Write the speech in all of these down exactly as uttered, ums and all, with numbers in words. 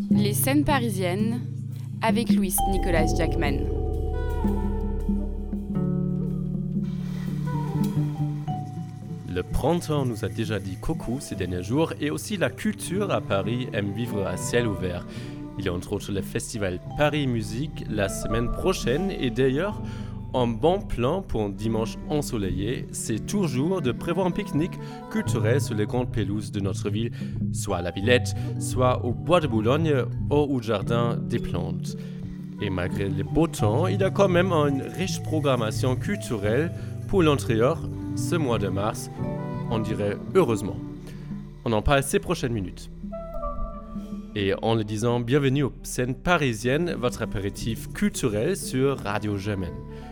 Les scènes parisiennes avec Louis Nicolas Jackman. Le printemps nous a déjà dit coucou ces derniers jours et aussi la culture à Paris aime vivre à ciel ouvert. Il y a entre autres le festival Paris Musique la semaine prochaine et d'ailleurs, un bon plan pour un dimanche ensoleillé, c'est toujours de prévoir un pique-nique culturel sur les grandes pelouses de notre ville, soit à la Villette, soit au Bois de Boulogne ou au Jardin des Plantes. Et malgré le beau temps, il y a quand même une riche programmation culturelle pour l'intérieur ce mois de mars, on dirait heureusement. On en parle ces prochaines minutes. Et en le disant, bienvenue aux scènes parisiennes, votre apéritif culturel sur Radio Germaine.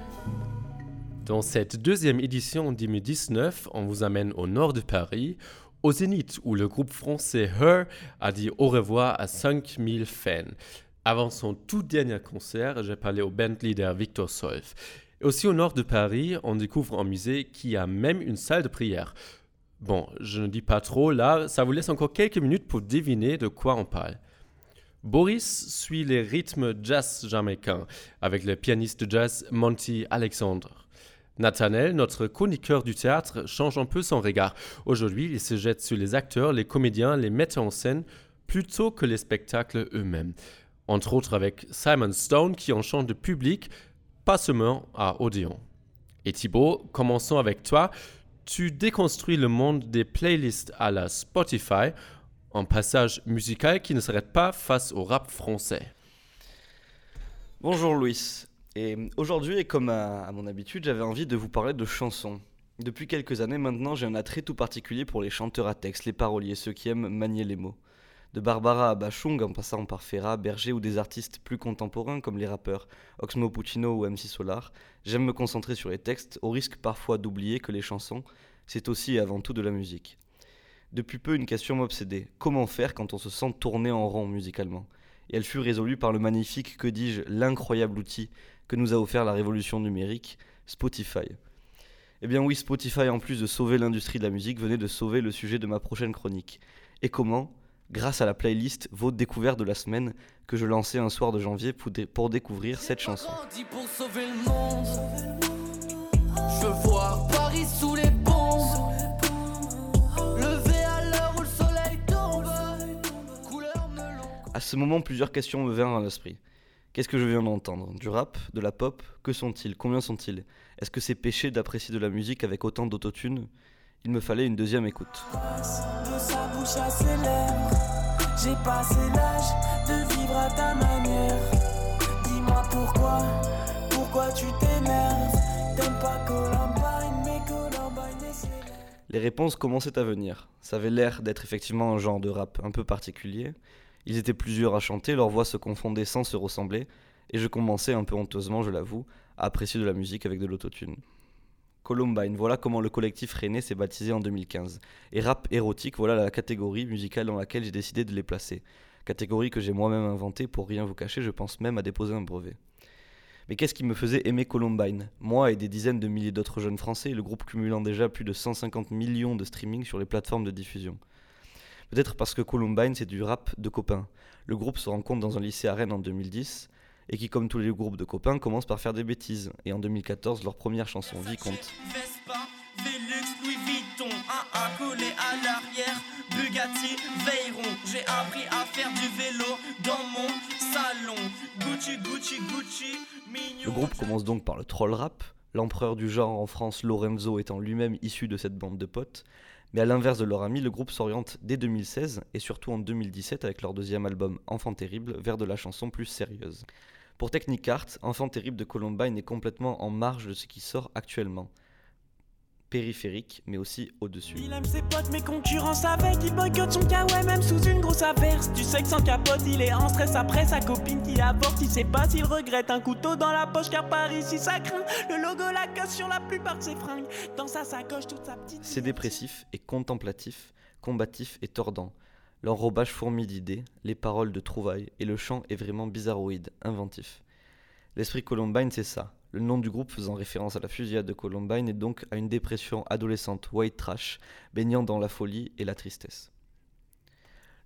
Dans cette deuxième édition deux mille dix-neuf, on vous amène au nord de Paris, au Zénith, où le groupe français Her a dit au revoir à cinq mille fans. Avant son tout dernier concert, j'ai parlé au band leader Victor Solf. Et aussi au nord de Paris, on découvre un musée qui a même une salle de prière. Bon, je ne dis pas trop, là, ça vous laisse encore quelques minutes pour deviner de quoi on parle. Boris suit les rythmes jazz jamaïcains avec le pianiste de jazz Monty Alexander. Nathanaël, notre chroniqueur du théâtre, change un peu son regard. Aujourd'hui, il se jette sur les acteurs, les comédiens, les metteurs en scène, plutôt que les spectacles eux-mêmes. Entre autres avec Simon Stone qui enchante le public, pas seulement à Odéon. Et Thibaut, commençons avec toi. Tu déconstruis le monde des playlists à la Spotify, un passage musical qui ne s'arrête pas face au rap français. Bonjour Louis. Et aujourd'hui, et comme à, à mon habitude, j'avais envie de vous parler de chansons. Depuis quelques années maintenant, j'ai un attrait tout particulier pour les chanteurs à texte, les paroliers, ceux qui aiment manier les mots. De Barbara à Bachung, en passant par Ferrat, Berger ou des artistes plus contemporains comme les rappeurs Oxmo Puccino ou M C Solar, j'aime me concentrer sur les textes, au risque parfois d'oublier que les chansons, c'est aussi et avant tout de la musique. Depuis peu, une question m'obsédait. Comment faire quand on se sent tourner en rond musicalement ? Et elle fut résolue par le magnifique, que dis-je, l'incroyable outil que nous a offert la révolution numérique, Spotify. Eh bien oui, Spotify, en plus de sauver l'industrie de la musique, venait de sauver le sujet de ma prochaine chronique. Et comment ? Grâce à la playlist Vos découvertes de la semaine que je lançais un soir de janvier pour, dé- pour découvrir cette chanson. Pour sauver le monde, je veux voir Paris sous les bombes, lever à l'heure où le soleil tombe, couleur melon. À ce moment, plusieurs questions me vinrent à l'esprit. Qu'est-ce que je viens d'entendre ? Du rap ? De la pop ? Que sont-ils ? Combien sont-ils ? Est-ce que c'est péché d'apprécier de la musique avec autant d'autotune ? Il me fallait une deuxième écoute. De sa bouche à ses lèvres, j'ai passé l'âge de vivre à ta manière. Dis-moi pourquoi, pourquoi tu t'énerves. T'aimes pas Columbine, mais Columbine est célèbre. Les réponses commençaient à venir. Ça avait l'air d'être effectivement un genre de rap un peu particulier. Ils étaient plusieurs à chanter, leurs voix se confondaient sans se ressembler, et je commençais un peu honteusement, je l'avoue, à apprécier de la musique avec de l'autotune. Columbine, voilà comment le collectif René s'est baptisé en deux mille quinze. Et rap érotique, voilà la catégorie musicale dans laquelle j'ai décidé de les placer. Catégorie que j'ai moi-même inventée, pour rien vous cacher, je pense même à déposer un brevet. Mais qu'est-ce qui me faisait aimer Columbine ? Moi et des dizaines de milliers d'autres jeunes français, le groupe cumulant déjà plus de cent cinquante millions de streaming sur les plateformes de diffusion. Peut-être parce que Columbine, c'est du rap de copains. Le groupe se rencontre dans un lycée à Rennes en deux mille dix, et qui, comme tous les groupes de copains, commence par faire des bêtises. Et en deux mille quatorze, leur première chanson, Vicomte. Vespa, Velux, Louis Vuitton, un A collé à l'arrière, Bugatti, Veyron. J'ai appris à faire du vélo dans mon salon. Gucci, Gucci, Gucci, mignon. Le groupe commence donc par le troll rap, l'empereur du genre en France, Lorenzo, étant lui-même issu de cette bande de potes. Mais à l'inverse de leur ami, le groupe s'oriente dès deux mille seize et surtout en deux mille dix-sept avec leur deuxième album Enfant Terrible vers de la chanson plus sérieuse. Pour Technic Art, Enfant Terrible de Columbine est complètement en marge de ce qui sort actuellement. Périphérique, mais aussi au-dessus. Il aime ses potes, mais concurrence avec. Il boycotte son kawaii même sous une grosse averse. Tu sais que sans capote, il est en stress après sa copine qui avorte. Il sait pas s'il regrette un couteau dans la poche, car par ici ça craint. Le logo la casse sur la plupart de ses fringues. Dans sa sacoche, toute sa petite. C'est dépressif et contemplatif, combatif et tordant. L'enrobage fourmille d'idées, les paroles de trouvailles, et le chant est vraiment bizarroïde, inventif. L'esprit Columbine, c'est ça. Le nom du groupe faisant référence à la fusillade de Columbine et donc à une dépression adolescente white trash, baignant dans la folie et la tristesse.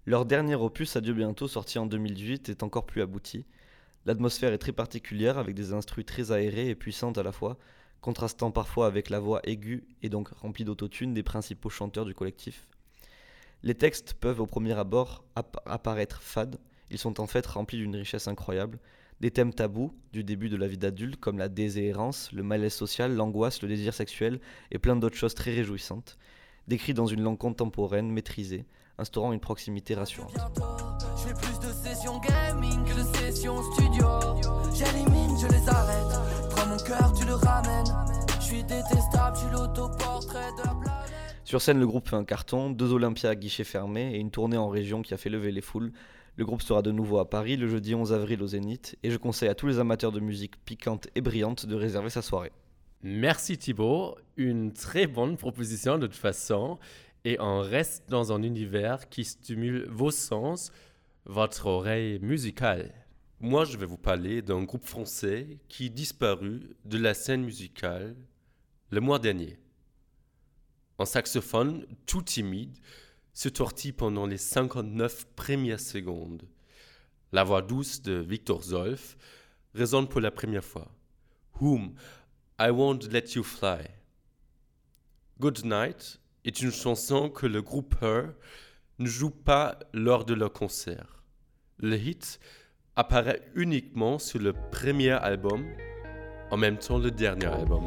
Leur dernier opus, Adieu bientôt, sorti en deux mille dix-huit, est encore plus abouti. L'atmosphère est très particulière, avec des instrus très aérés et puissantes à la fois, contrastant parfois avec la voix aiguë et donc remplie d'autotune des principaux chanteurs du collectif. Les textes peuvent au premier abord app- apparaître fades, ils sont en fait remplis d'une richesse incroyable, des thèmes tabous du début de la vie d'adulte comme la déshérence, le malaise social, l'angoisse, le désir sexuel et plein d'autres choses très réjouissantes, décrits dans une langue contemporaine maîtrisée, instaurant une proximité rassurante. Je fais plus de sessions gaming que de sessions studio. J'élimine, je les arrête. Prends mon cœur, tu le ramènes. Je suis détestable, je suis l'autoportrait de la planète. Sur scène, le groupe fait un carton, deux Olympias à guichet fermé et une tournée en région qui a fait lever les foules. Le groupe sera de nouveau à Paris le jeudi onze avril au Zénith et je conseille à tous les amateurs de musique piquante et brillante de réserver sa soirée. Merci Thibaut, une très bonne proposition de toute façon et on reste dans un univers qui stimule vos sens, votre oreille musicale. Moi je vais vous parler d'un groupe français qui disparut de la scène musicale le mois dernier. Un saxophone tout timide se tortille pendant les cinquante-neuf premières secondes. La voix douce de Victor Solf résonne pour la première fois. Whom I Won't Let You Fly. Good Night est une chanson que le groupe Her ne joue pas lors de leur concert. Le hit apparaît uniquement sur le premier album, en même temps le dernier album.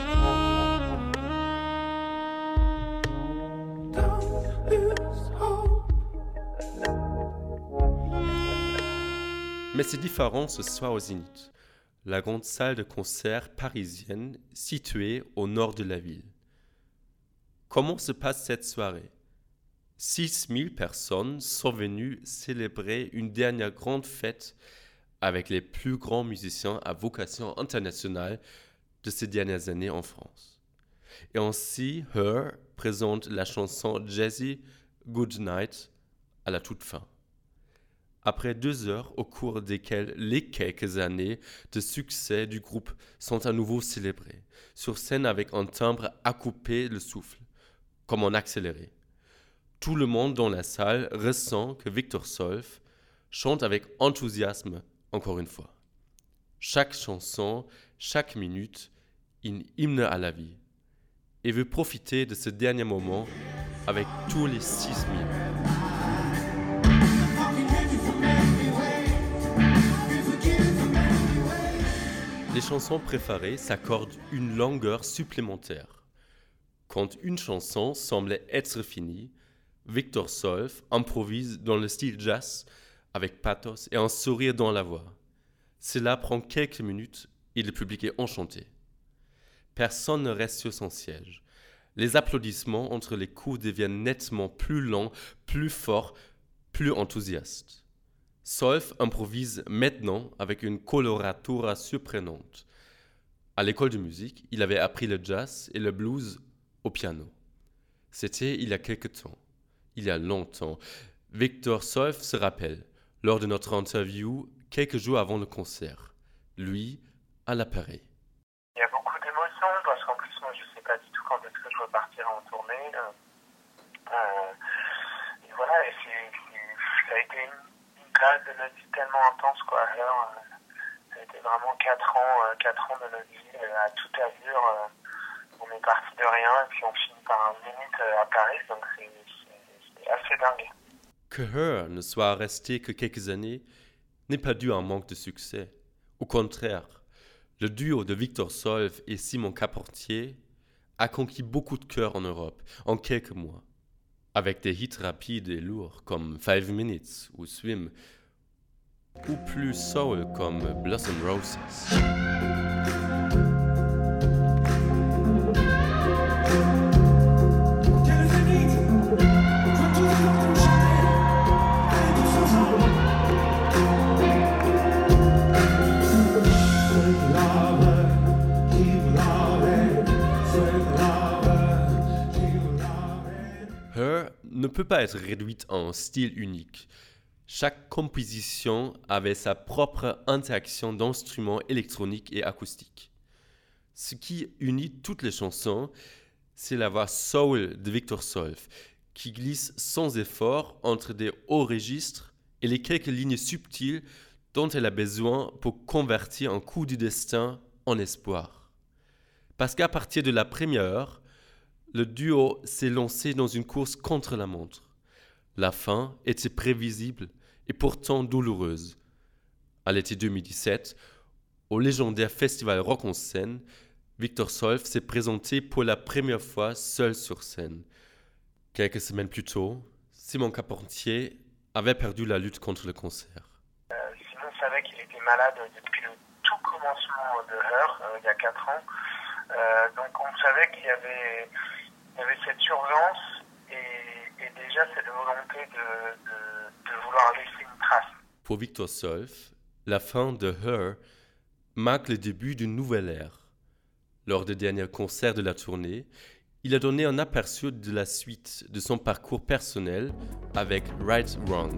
Mais c'est différent ce soir au Zénith, la grande salle de concert parisienne située au nord de la ville. Comment se passe cette soirée ? six mille personnes sont venues célébrer une dernière grande fête avec les plus grands musiciens à vocation internationale de ces dernières années en France. Et ainsi, Her présente la chanson jazzy Good Night à la toute fin. Après deux heures au cours desquelles les quelques années de succès du groupe sont à nouveau célébrées, sur scène avec un timbre à couper le souffle, comme en accéléré. Tout le monde dans la salle ressent que Victor Solf chante avec enthousiasme encore une fois. Chaque chanson, chaque minute, une hymne à la vie, et veut profiter de ce dernier moment avec tous les six mille. Les chansons préférées s'accordent une longueur supplémentaire. Quand une chanson semble être finie, Victor Solf improvise dans le style jazz avec pathos et un sourire dans la voix. Cela prend quelques minutes et le public est enchanté. Personne ne reste sur son siège. Les applaudissements entre les coups deviennent nettement plus longs, plus forts, plus enthousiastes. Solf improvise maintenant avec une coloratura surprenante. À l'école de musique, il avait appris le jazz et le blues au piano. C'était il y a quelque temps, il y a longtemps. Victor Solf se rappelle, lors de notre interview, quelques jours avant le concert, lui à l'appareil. Il y a beaucoup d'émotions parce qu'en plus, moi, je ne sais pas du tout quand est-ce que je repartirai en tournée. Euh, euh, et voilà, et c'est, c'est, ça a été une période de notre vie tellement intense, quoi. Alors, euh, ça a été vraiment quatre ans, euh, quatre ans de notre vie euh, à toute allure. Euh, on est parti de rien et puis on finit par un Zénith euh, à Paris, donc c'est, c'est, c'est assez dingue. Que Her ne soit resté que quelques années n'est pas dû à un manque de succès. Au contraire, le duo de Victor Solf et Simon Caportier a conquis beaucoup de cœurs en Europe en quelques mois, avec des hits rapides et lourds comme Five Minutes ou Swim, ou plus soul comme Blossom Roses. Her ne peut pas être réduite à un style unique. Chaque composition avait sa propre interaction d'instruments électroniques et acoustiques. Ce qui unit toutes les chansons, c'est la voix soul de Victor Solf, qui glisse sans effort entre des hauts registres et les quelques lignes subtiles dont elle a besoin pour convertir un coup du destin en espoir. Parce qu'à partir de la première heure, le duo s'est lancé dans une course contre la montre. La fin était prévisible et pourtant douloureuse. À l'été deux mille dix-sept, au légendaire festival Rock en Seine, Victor Solf s'est présenté pour la première fois seul sur scène. Quelques semaines plus tôt, Simon Carpentier avait perdu la lutte contre le cancer. Euh, Simon savait qu'il était malade depuis le tout commencement de Her, euh, il y a quatre ans. Euh, donc on savait qu'il y avait, il y avait cette urgence et, et déjà cette volonté de, de, de vouloir laisser une trace. Pour Victor Solf, la fin de Her marque le début d'une nouvelle ère. Lors des derniers concerts de la tournée, il a donné un aperçu de la suite de son parcours personnel avec Right Wrong.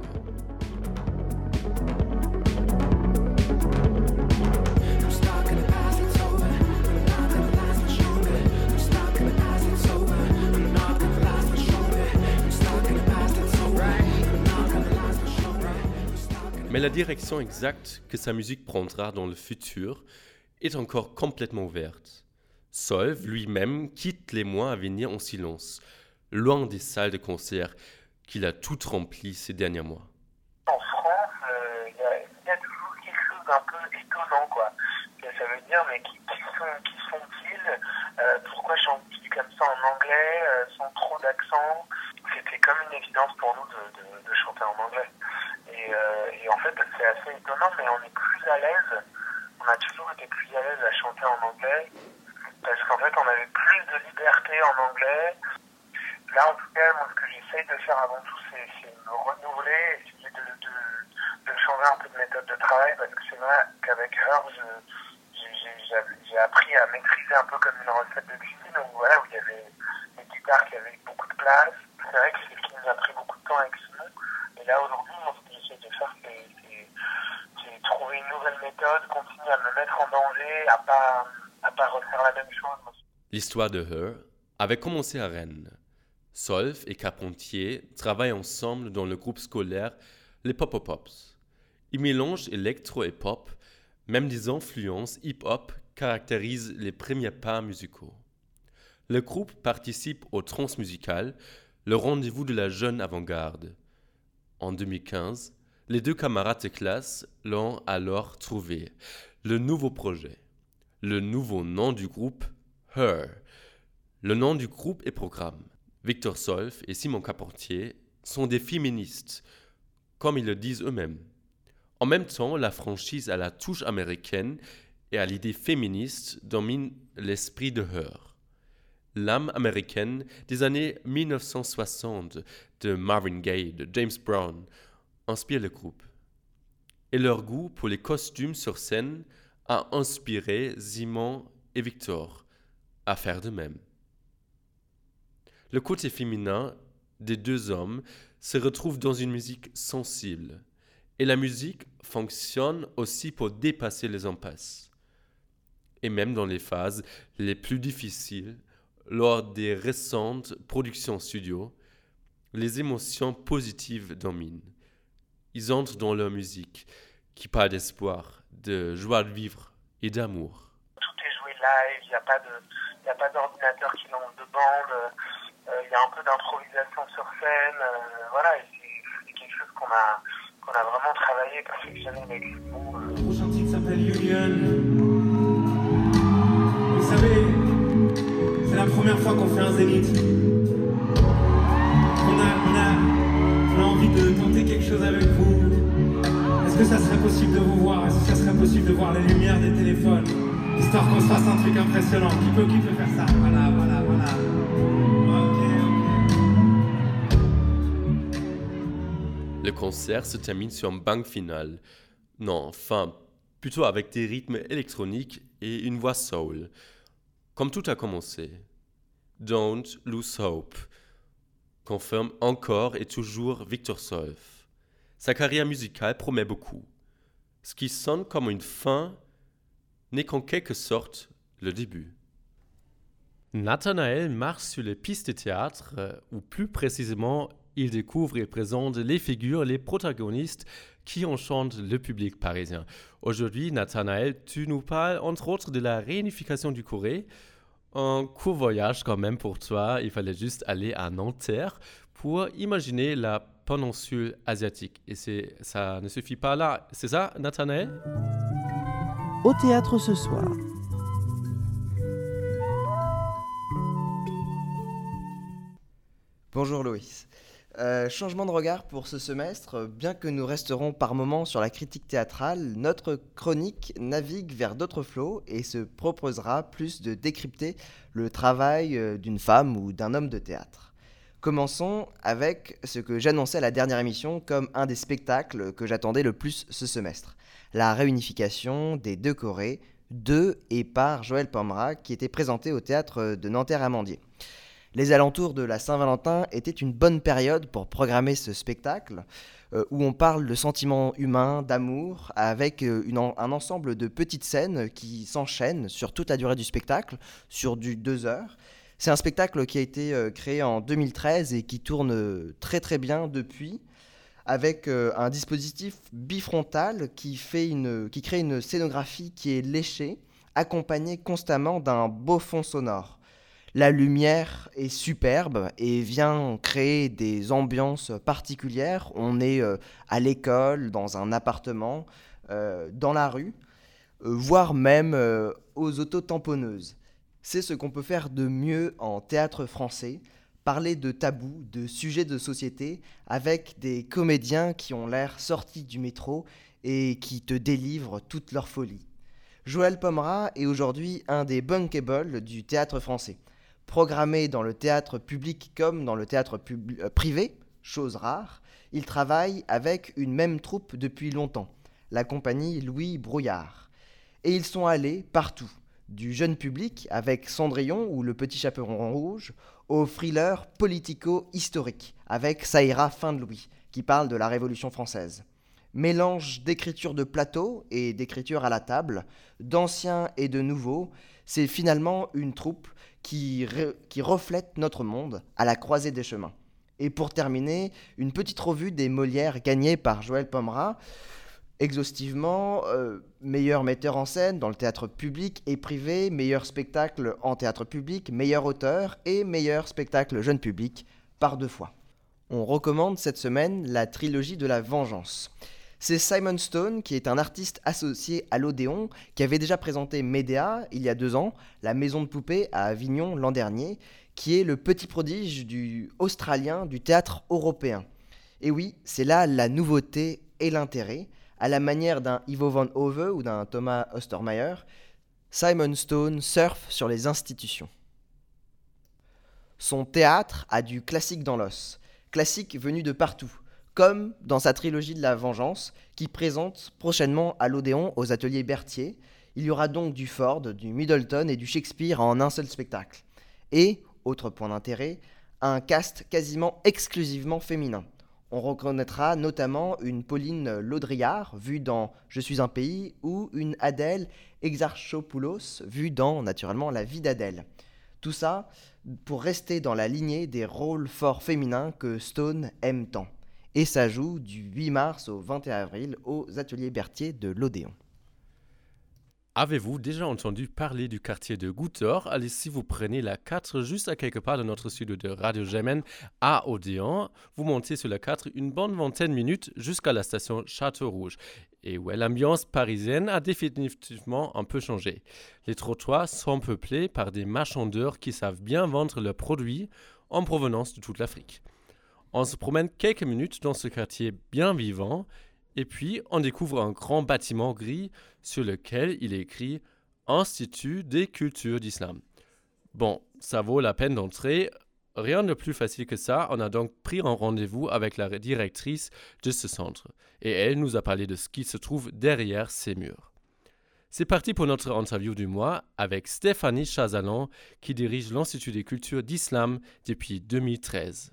Mais la direction exacte que sa musique prendra dans le futur est encore complètement ouverte. Solf lui-même quitte les mois à venir en silence, loin des salles de concert qu'il a toutes remplies ces derniers mois. En France, il euh, y, y a toujours quelque chose d'un peu étonnant, quoi. Ça veut dire, mais qui, qui, sont, qui sont-ils euh, Pourquoi chantent-ils comme ça en anglais, euh, sans trop d'accent? C'était comme une évidence pour nous de, de, de chanter en anglais. Et, euh, et en fait, c'est assez étonnant, mais on est plus à l'aise. On a toujours été plus à l'aise à chanter en anglais. Parce qu'en fait, on avait plus de liberté en anglais. Là, en tout cas, moi, ce que j'essaye de faire avant tout, c'est, c'est me renouveler, essayer de, de, de changer un peu de méthode de travail, parce que c'est vrai qu'avec Her, je, j'ai, j'ai, j'ai appris à maîtriser un peu comme une recette de cuisine, donc voilà, où il y avait des guitares qui avaient beaucoup de place. C'est vrai que c'est ce qui nous a pris beaucoup de temps avec Simon. Et là, aujourd'hui, moi, ce que j'essaie de faire, c'est, c'est, c'est trouver une nouvelle méthode, continuer à me mettre en danger, à pas... à pas refaire la même chose. L'histoire de Her avait commencé à Rennes. Solf et Carpentier travaillent ensemble dans le groupe scolaire les Popopops. Ils mélangent électro et pop, même des influences hip-hop caractérisent les premiers pas musicaux. Le groupe participe au Transmusical, le rendez-vous de la jeune avant-garde. En deux mille quinze, les deux camarades de classe l'ont alors trouvé, le nouveau projet. Le nouveau nom du groupe, Her. Le nom du groupe et programme. Victor Solf et Simon Carpentier sont des féministes, comme ils le disent eux-mêmes. En même temps, la franchise à la touche américaine et à l'idée féministe domine l'esprit de Her. L'âme américaine des années mille neuf cent soixante de Marvin Gaye, de James Brown, inspire le groupe. Et leur goût pour les costumes sur scène a inspiré Simon et Victor à faire de même. Le côté féminin des deux hommes se retrouve dans une musique sensible, et la musique fonctionne aussi pour dépasser les impasses. Et même dans les phases les plus difficiles, lors des récentes productions studio, les émotions positives dominent. Ils entrent dans leur musique, qui parle d'espoir, de joie de vivre et d'amour. Tout est joué live, il n'y a pas de, il n'y a pas d'ordinateur qui lance de bande, il euh, y a un peu d'improvisation sur scène, euh, voilà, et c'est, c'est quelque chose qu'on a, qu'on a vraiment travaillé, perfectionné avec Simon. Le prochain titre s'appelle Union. Vous savez, c'est la première fois qu'on fait un zénith. On a, on a, on a envie de tenter quelque chose avec vous. Est-ce que ça serait possible de vous voir? Est-ce que ça serait possible de voir les lumières des téléphones? Histoire qu'on se fasse un truc impressionnant. Qui peut, qui peut faire ça? Voilà, voilà, voilà. Ok, ok. Le concert se termine sur un bang final. Non, enfin, plutôt avec des rythmes électroniques et une voix soul. Comme tout a commencé. Don't lose hope, confirme encore et toujours Victor Solf. Sa carrière musicale promet beaucoup. Ce qui sonne comme une fin n'est qu'en quelque sorte le début. Nathanaël marche sur les pistes de théâtre, euh, ou plus précisément, il découvre et présente les figures, les protagonistes qui enchantent le public parisien. Aujourd'hui, Nathanaël, tu nous parles entre autres de la réunification du Corée. Un court voyage quand même pour toi, il fallait juste aller à Nanterre pour imaginer la péninsule asiatique. Et c'est, ça ne suffit pas là, c'est ça, Nathanaël ? Au théâtre ce soir. Bonjour Loïs. Euh, changement de regard pour ce semestre, bien que nous resterons par moments sur la critique théâtrale, notre chronique navigue vers d'autres flots et se proposera plus de décrypter le travail d'une femme ou d'un homme de théâtre. Commençons avec ce que j'annonçais à la dernière émission comme un des spectacles que j'attendais le plus ce semestre, la réunification des deux Corées, de et par Joël Pomera, qui était présenté au théâtre de Nanterre-Amandier. Les alentours de la Saint-Valentin étaient une bonne période pour programmer ce spectacle, euh, où on parle de sentiments humains, d'amour, avec euh, une en, un ensemble de petites scènes qui s'enchaînent sur toute la durée du spectacle, sur du deux heures. C'est un spectacle qui a été euh, créé en deux mille treize et qui tourne euh, très très bien depuis, avec euh, un dispositif bifrontal qui, fait une, qui crée une scénographie qui est léchée, accompagnée constamment d'un beau fond sonore. La lumière est superbe et vient créer des ambiances particulières. On est euh, à l'école, dans un appartement, euh, dans la rue, euh, voire même euh, aux autotamponneuses. C'est ce qu'on peut faire de mieux en théâtre français, parler de tabous, de sujets de société, avec des comédiens qui ont l'air sortis du métro et qui te délivrent toute leur folie. Joël Pomera est aujourd'hui un des bunkables du théâtre français. Programmé dans le théâtre public comme dans le théâtre pub- euh, privé, chose rare, il travaille avec une même troupe depuis longtemps, la compagnie Louis Brouillard. Et ils sont allés partout, du jeune public avec Cendrillon ou Le Petit Chaperon Rouge, au thriller politico-historique avec Ça ira fin de Louis, qui parle de la Révolution française. Mélange d'écriture de plateau et d'écriture à la table, d'anciens et de nouveaux, c'est finalement une troupe qui, re- qui reflète notre monde à la croisée des chemins. Et pour terminer, une petite revue des Molières gagnées par Joël Pomera, exhaustivement, euh, meilleur metteur en scène dans le théâtre public et privé, meilleur spectacle en théâtre public, meilleur auteur et meilleur spectacle jeune public par deux fois. On recommande cette semaine la trilogie de la vengeance. C'est Simon Stone, qui est un artiste associé à l'Odéon, qui avait déjà présenté Médéa il y a deux ans, la maison de poupée à Avignon l'an dernier, qui est le petit prodige du australien du théâtre européen. Et oui, c'est là la nouveauté et l'intérêt, à la manière d'un Ivo van Hove ou d'un Thomas Ostermeyer, Simon Stone surfe sur les institutions. Son théâtre a du classique dans l'os, classique venu de partout, comme dans sa trilogie de la vengeance, qui présente prochainement à l'Odéon aux ateliers Berthier. Il y aura donc du Ford, du Middleton et du Shakespeare en un seul spectacle. Et, autre point d'intérêt, un cast quasiment exclusivement féminin. On reconnaîtra notamment une Pauline Laudrillard, vue dans Je suis un pays, ou une Adèle Exarchopoulos, vue dans, naturellement, La vie d'Adèle. Tout ça pour rester dans la lignée des rôles forts féminins que Stone aime tant. Et ça joue du huit mars au vingt et un avril aux ateliers Berthier de l'Odéon. Avez-vous déjà entendu parler du quartier de Goutter? Allez, si vous prenez la quatre juste à quelque part de notre studio de Radio Gemmen à Odéon, vous montez sur la quatre une bonne vingtaine de minutes jusqu'à la station Château-Rouge. Et ouais, l'ambiance parisienne a définitivement un peu changé. Les trottoirs sont peuplés par des marchandeurs qui savent bien vendre leurs produits en provenance de toute l'Afrique. On se promène quelques minutes dans ce quartier bien vivant et puis on découvre un grand bâtiment gris sur lequel il est écrit « Institut des cultures d'Islam ». Bon, ça vaut la peine d'entrer. Rien de plus facile que ça. On a donc pris un rendez-vous avec la directrice de ce centre et elle nous a parlé de ce qui se trouve derrière ces murs. C'est parti pour notre interview du mois avec Stéphanie Chazalan qui dirige l'Institut des cultures d'Islam depuis deux mille treize.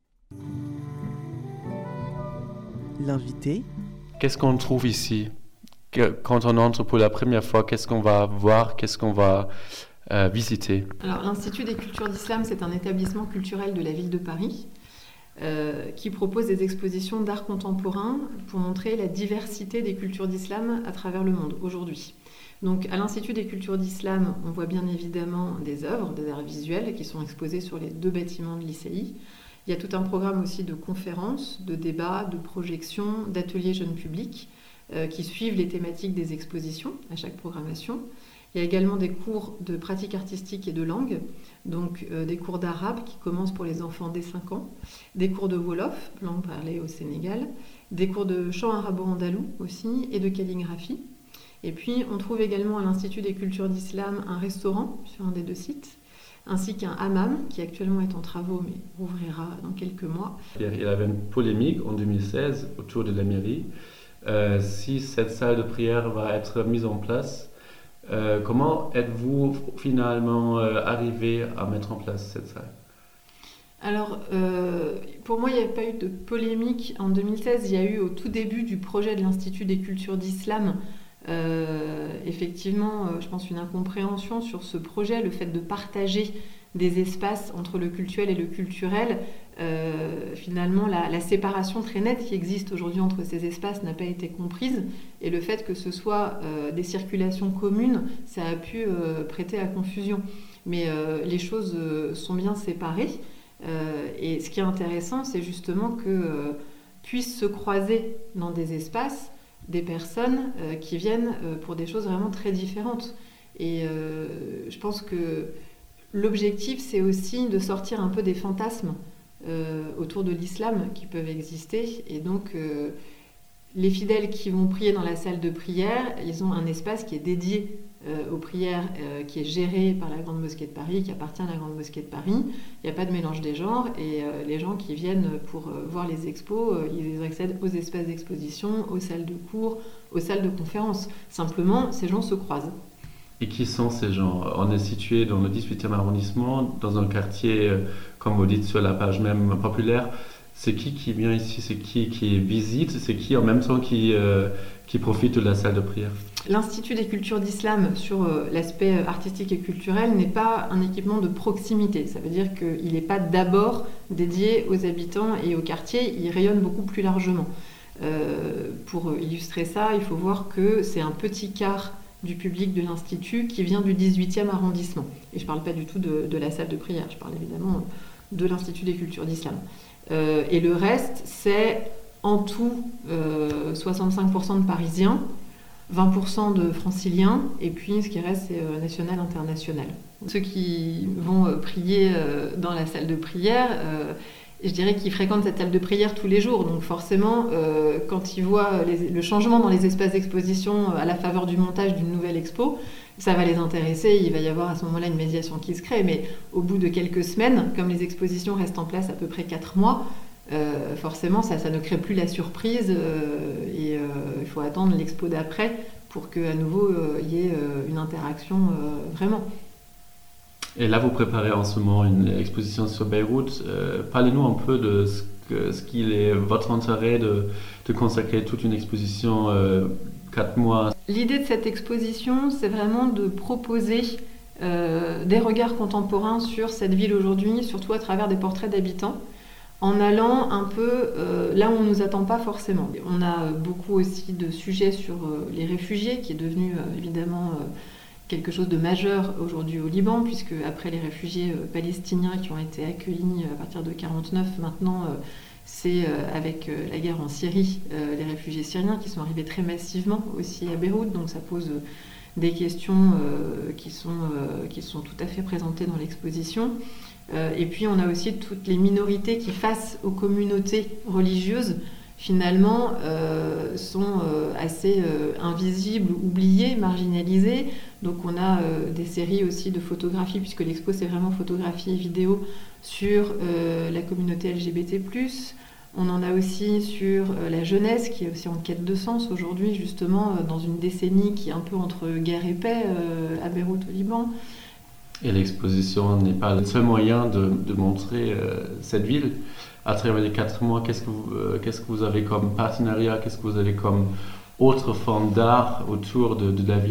L'invité. Qu'est-ce qu'on trouve ici? Quand on entre pour la première fois, qu'est-ce qu'on va voir? Qu'est-ce qu'on va euh, visiter? Alors, l'Institut des cultures d'islam, c'est un établissement culturel de la ville de Paris euh, qui propose des expositions d'art contemporain pour montrer la diversité des cultures d'islam à travers le monde aujourd'hui. Donc, à l'Institut des cultures d'islam, on voit bien évidemment des œuvres, des arts visuels qui sont exposés sur les deux bâtiments de l'I C I. Il y a tout un programme aussi de conférences, de débats, de projections, d'ateliers jeunes publics euh, qui suivent les thématiques des expositions à chaque programmation. Il y a également des cours de pratique artistique et de langue, donc euh, des cours d'arabe qui commencent pour les enfants dès cinq ans, des cours de Wolof, langue parlée au Sénégal, des cours de chant arabo-andalou aussi et de calligraphie. Et puis on trouve également à l'Institut des cultures d'islam un restaurant sur un des deux sites, ainsi qu'un hammam qui actuellement est en travaux mais rouvrira dans quelques mois. Il y avait une polémique en deux mille seize autour de la mairie. Euh, si cette salle de prière va être mise en place, euh, comment êtes-vous finalement euh, arrivé à mettre en place cette salle? Alors, euh, pour moi, il n'y a pas eu de polémique en deux mille seize. Il y a eu au tout début du projet de l'Institut des cultures d'islam Euh, effectivement, euh, je pense une incompréhension sur ce projet, le fait de partager des espaces entre le cultuel et le culturel. Euh, finalement, la, la séparation très nette qui existe aujourd'hui entre ces espaces n'a pas été comprise, et le fait que ce soit euh, des circulations communes, ça a pu euh, prêter à confusion. Mais euh, les choses euh, sont bien séparées, euh, et ce qui est intéressant, c'est justement que euh, puissent se croiser dans des espaces des personnes euh, qui viennent euh, pour des choses vraiment très différentes. Et euh, je pense que l'objectif, c'est aussi de sortir un peu des fantasmes euh, autour de l'islam qui peuvent exister. Et donc, euh, les fidèles qui vont prier dans la salle de prière, ils ont un espace qui est dédié euh, aux prières, euh, qui est géré par la Grande Mosquée de Paris, qui appartient à la Grande Mosquée de Paris. Il n'y a pas de mélange des genres, et euh, les gens qui viennent pour euh, voir les expos, euh, ils accèdent aux espaces d'exposition, aux salles de cours, aux salles de conférences. Simplement, ces gens se croisent. Et qui sont ces gens? On est situé dans le dix-huitième arrondissement, dans un quartier, euh, comme vous dites sur la page même, populaire. C'est qui qui vient ici? C'est qui qui visite? C'est qui en même temps qui, euh, qui profite de la salle de prière? L'Institut des cultures d'islam, sur euh, l'aspect artistique et culturel, n'est pas un équipement de proximité. Ça veut dire qu'il n'est pas d'abord dédié aux habitants et au quartier, il rayonne beaucoup plus largement. Euh, pour illustrer ça, il faut voir que c'est un petit quart du public de l'Institut qui vient du dix-huitième arrondissement. Et je ne parle pas du tout de, de la salle de prière, je parle évidemment de l'Institut des cultures d'islam. Euh, et le reste, c'est en tout euh, soixante-cinq pour cent de Parisiens, vingt pour cent de Franciliens, et puis ce qui reste, c'est euh, national, international. Ceux qui vont euh, prier euh, dans la salle de prière, euh, je dirais qu'ils fréquentent cette salle de prière tous les jours. Donc forcément, euh, quand ils voient les, le changement dans les espaces d'exposition à la faveur du montage d'une nouvelle expo, ça va les intéresser. Il va y avoir à ce moment-là une médiation qui se crée. Mais au bout de quelques semaines, comme les expositions restent en place à peu près quatre mois, euh, forcément, ça, ça ne crée plus la surprise. Euh, et euh, il faut attendre l'expo d'après pour qu'à nouveau, euh, il y ait euh, une interaction euh, vraiment. Et là, vous préparez en ce moment une exposition sur Beyrouth. Euh, parlez-nous un peu de ce, que, ce qu'il est votre intérêt de, de consacrer toute une exposition euh, quatre mois. L'idée de cette exposition, c'est vraiment de proposer euh, des regards contemporains sur cette ville aujourd'hui, surtout à travers des portraits d'habitants, en allant un peu euh, là où on ne nous attend pas forcément. On a beaucoup aussi de sujets sur euh, les réfugiés, qui est devenu euh, évidemment... Euh, quelque chose de majeur aujourd'hui au Liban, puisque après les réfugiés euh, palestiniens qui ont été accueillis à partir de mille neuf cent quarante-neuf, maintenant euh, c'est euh, avec euh, la guerre en Syrie, euh, les réfugiés syriens qui sont arrivés très massivement aussi à Beyrouth, donc ça pose euh, des questions euh, qui, sont, euh, qui sont tout à fait présentées dans l'exposition. Euh, et puis on a aussi toutes les minorités qui, face aux communautés religieuses, finalement, euh, sont euh, assez euh, invisibles, oubliés, marginalisés. Donc on a euh, des séries aussi de photographies, puisque l'expo c'est vraiment photographie et vidéo, sur euh, la communauté L G B T plus. On en a aussi sur euh, la jeunesse, qui est aussi en quête de sens aujourd'hui, justement, euh, dans une décennie qui est un peu entre guerre et paix euh, à Beyrouth au Liban. Et l'exposition n'est pas le seul moyen de, de montrer euh, cette ville. À travers les quatre mois, qu'est-ce que vous, euh, qu'est-ce que vous avez comme partenariat, qu'est-ce que vous avez comme autre forme d'art autour de, de la ville?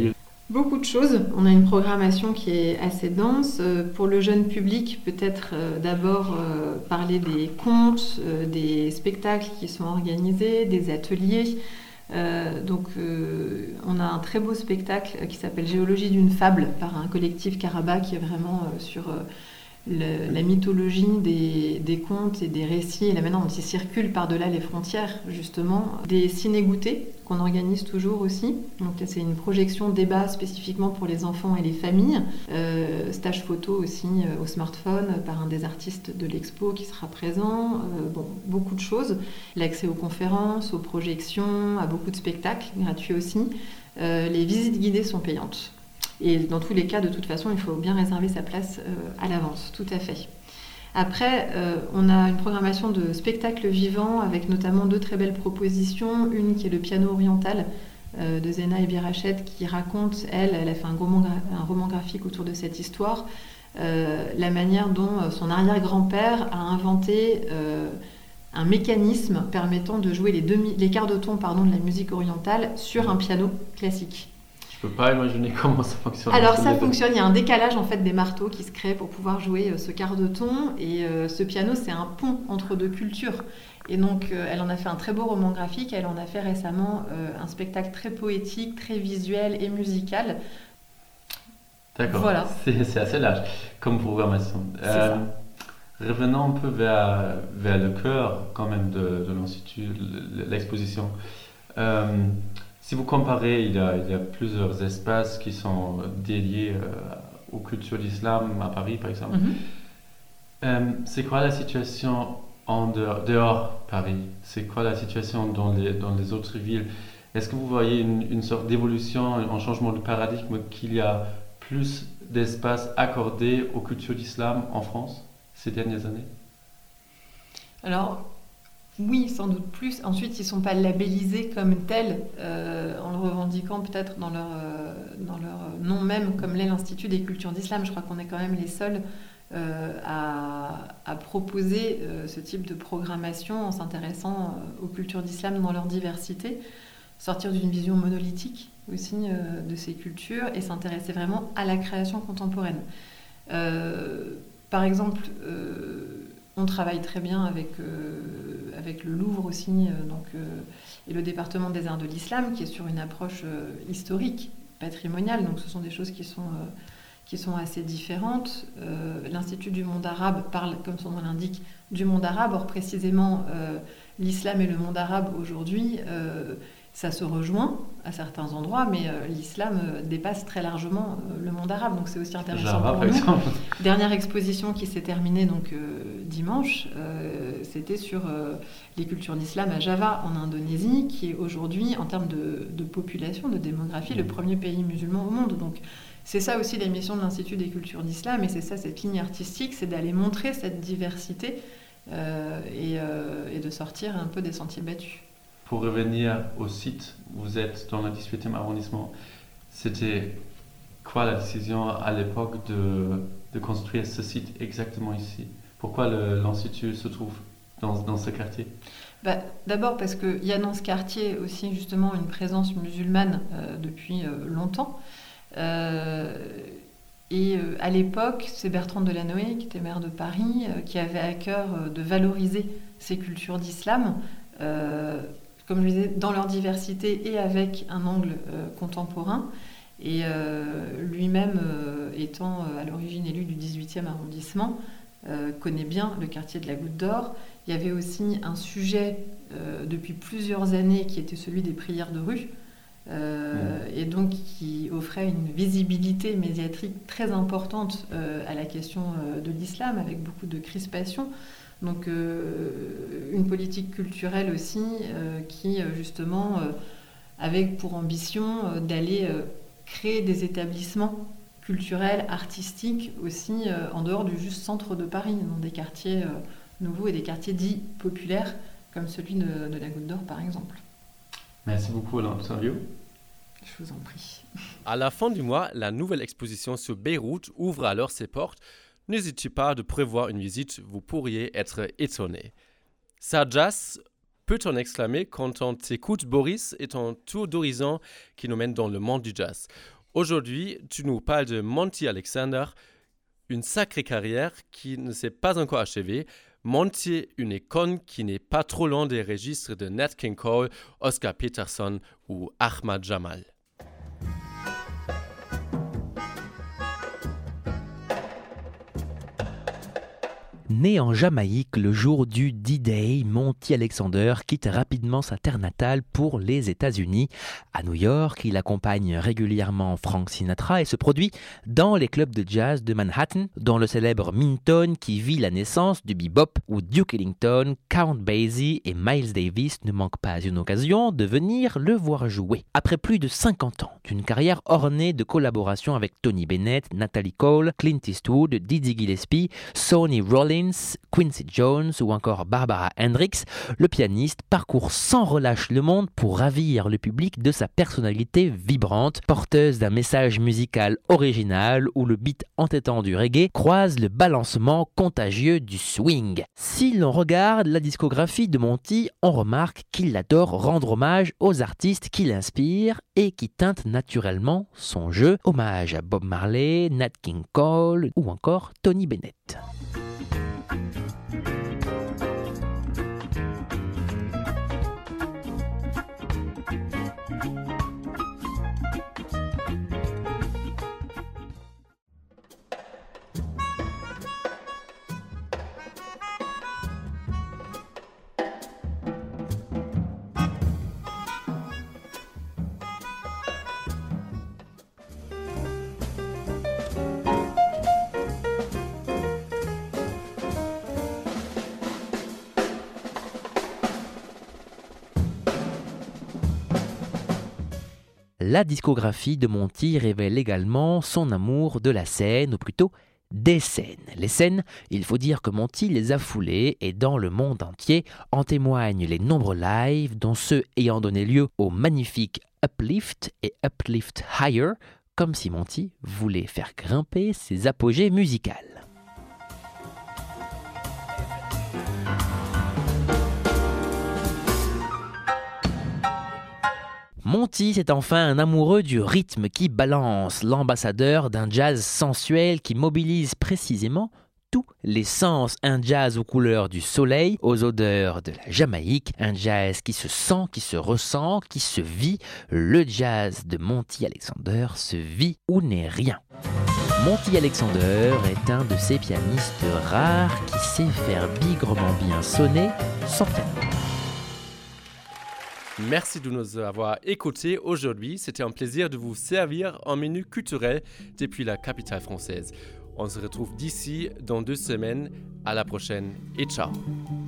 Beaucoup de choses. On a une programmation qui est assez dense. Euh, pour le jeune public, peut-être euh, d'abord euh, parler des contes, euh, des spectacles qui sont organisés, des ateliers. Euh, donc euh, on a un très beau spectacle qui s'appelle Géologie d'une fable par un collectif Karaba qui est vraiment euh, sur euh, le, la mythologie des, des contes et des récits et la manière dont ils circulent par-delà les frontières justement. Des ciné-goûtés qu'on organise toujours aussi. Donc là, c'est une projection débat spécifiquement pour les enfants et les familles. Euh, stage photo aussi euh, au smartphone par un des artistes de l'expo qui sera présent. Euh, bon, beaucoup de choses. L'accès aux conférences, aux projections, à beaucoup de spectacles gratuits aussi. Euh, les visites guidées sont payantes. Et dans tous les cas, de toute façon, il faut bien réserver sa place euh, à l'avance, tout à fait. Après, euh, on a une programmation de spectacles vivants avec notamment deux très belles propositions. Une qui est le piano oriental euh, de Zena Ebirachet qui raconte, elle, elle a fait un roman, un roman graphique autour de cette histoire, euh, la manière dont son arrière-grand-père a inventé euh, un mécanisme permettant de jouer les, demi, les quarts de ton pardon, de la musique orientale sur un piano classique. Je peux pas imaginer comment ça fonctionne. Alors ça fonctionne, il y a un décalage en fait des marteaux qui se crée pour pouvoir jouer euh, ce quart de ton et euh, ce piano c'est un pont entre deux cultures et donc euh, elle en a fait un très beau roman graphique, elle en a fait récemment euh, un spectacle très poétique, très visuel et musical. D'accord, voilà. c'est, c'est assez large comme programmation. Euh, revenons un peu vers, vers le cœur quand même de, de l'Institut, l'exposition. Euh, Si vous comparez, il y, a, il y a plusieurs espaces qui sont dédiés euh, aux cultures d'islam à Paris, par exemple. Mm-hmm. Euh, c'est quoi la situation en dehors, dehors Paris? C'est quoi la situation dans les, dans les autres villes? Est-ce que vous voyez une, une sorte d'évolution, un changement de paradigme, qu'il y a plus d'espace accordé aux cultures d'islam en France ces dernières années? Alors, oui, sans doute plus. Ensuite, ils ne sont pas labellisés comme tels, euh, en le revendiquant peut-être dans leur, euh, dans leur nom même, comme l'est l'Institut des cultures d'islam. Je crois qu'on est quand même les seuls euh, à, à proposer euh, ce type de programmation en s'intéressant euh, aux cultures d'islam dans leur diversité, sortir d'une vision monolithique aussi euh, de ces cultures et s'intéresser vraiment à la création contemporaine. Euh, par exemple... Euh, On travaille très bien avec, euh, avec le Louvre aussi, euh, donc, euh, et le département des arts de l'islam, qui est sur une approche euh, historique, patrimoniale. Donc ce sont des choses qui sont, euh, qui sont assez différentes. Euh, L'Institut du monde arabe parle, comme son nom l'indique, du monde arabe. Or précisément, euh, l'islam et le monde arabe aujourd'hui, euh, ça se rejoint à certains endroits, mais euh, l'islam euh, dépasse très largement euh, le monde arabe, donc c'est aussi intéressant Java, pour par nous. Exemple. Dernière exposition qui s'est terminée donc euh, dimanche, euh, c'était sur euh, les cultures d'islam à Java en Indonésie, qui est aujourd'hui en termes de, de population, de démographie, le premier pays musulman au monde. Donc c'est ça aussi la mission de l'Institut des cultures d'islam, et c'est ça cette ligne artistique, c'est d'aller montrer cette diversité euh, et, euh, et de sortir un peu des sentiers battus. Pour revenir au site, vous êtes dans le dix-huitième arrondissement. C'était quoi la décision à l'époque de, de construire ce site exactement ici? Pourquoi le, l'Institut se trouve dans, dans ce quartier? Bah, d'abord parce qu'il y a dans ce quartier aussi justement une présence musulmane euh, depuis euh, longtemps. Euh, et euh, à l'époque, c'est Bertrand Delanoë, qui était maire de Paris, euh, qui avait à cœur euh, de valoriser ces cultures d'islam. Euh, comme je le disais, dans leur diversité et avec un angle euh, contemporain. Et euh, lui-même, euh, étant euh, à l'origine élu du dix-huitième arrondissement, euh, connaît bien le quartier de la Goutte d'Or. Il y avait aussi un sujet euh, depuis plusieurs années qui était celui des prières de rue, euh, mmh. et donc qui offrait une visibilité médiatique très importante euh, à la question euh, de l'islam, avec beaucoup de crispation. Donc euh, une politique culturelle aussi euh, qui justement euh, avait pour ambition euh, d'aller euh, créer des établissements culturels, artistiques aussi euh, en dehors du juste centre de Paris, dans des quartiers euh, nouveaux et des quartiers dits populaires comme celui de, de la Goutte d'Or par exemple. Merci beaucoup l'interview. Je vous en prie. À la fin du mois, la nouvelle exposition sur Beyrouth ouvre alors ses portes. N'hésitez pas de prévoir une visite, vous pourriez être étonné. Ça jazz, peut-on exclamer quand on t'écoute Boris est un tour d'horizon qui nous mène dans le monde du jazz. Aujourd'hui, tu nous parles de Monty Alexander, une sacrée carrière qui ne s'est pas encore achevée. Monty, une icône qui n'est pas trop loin des registres de Nat King Cole, Oscar Peterson ou Ahmad Jamal. Né en Jamaïque le jour du D-Day, Monty Alexander quitte rapidement sa terre natale pour les États-Unis. À New York, il accompagne régulièrement Frank Sinatra et se produit dans les clubs de jazz de Manhattan, dont le célèbre Minton qui vit la naissance du bebop, où Duke Ellington, Count Basie et Miles Davis ne manquent pas une occasion de venir le voir jouer. Après plus de cinquante ans d'une carrière ornée de collaborations avec Tony Bennett, Natalie Cole, Clint Eastwood, Dizzy Gillespie, Sonny Rollins, Quincy Jones ou encore Barbara Hendricks, le pianiste parcourt sans relâche le monde pour ravir le public de sa personnalité vibrante, porteuse d'un message musical original où le beat entêtant du reggae croise le balancement contagieux du swing. Si l'on regarde la discographie de Monty, on remarque qu'il adore rendre hommage aux artistes qui l'inspirent et qui teintent naturellement son jeu. Hommage à Bob Marley, Nat King Cole ou encore Tony Bennett. La discographie de Monty révèle également son amour de la scène, ou plutôt des scènes. Les scènes, il faut dire que Monty les a foulées et dans le monde entier en témoignent les nombreux lives, dont ceux ayant donné lieu aux magnifiques Uplift et Uplift Higher, comme si Monty voulait faire grimper ses apogées musicales. Monty, c'est enfin un amoureux du rythme qui balance, l'ambassadeur d'un jazz sensuel qui mobilise précisément tous les sens. Un jazz aux couleurs du soleil, aux odeurs de la Jamaïque, un jazz qui se sent, qui se ressent, qui se vit. Le jazz de Monty Alexander se vit ou n'est rien. Monty Alexander est un de ces pianistes rares qui sait faire bigrement bien sonner son piano. Merci de nous avoir écoutés aujourd'hui. C'était un plaisir de vous servir en menu culturel depuis la capitale française. On se retrouve d'ici dans deux semaines. À la prochaine et ciao.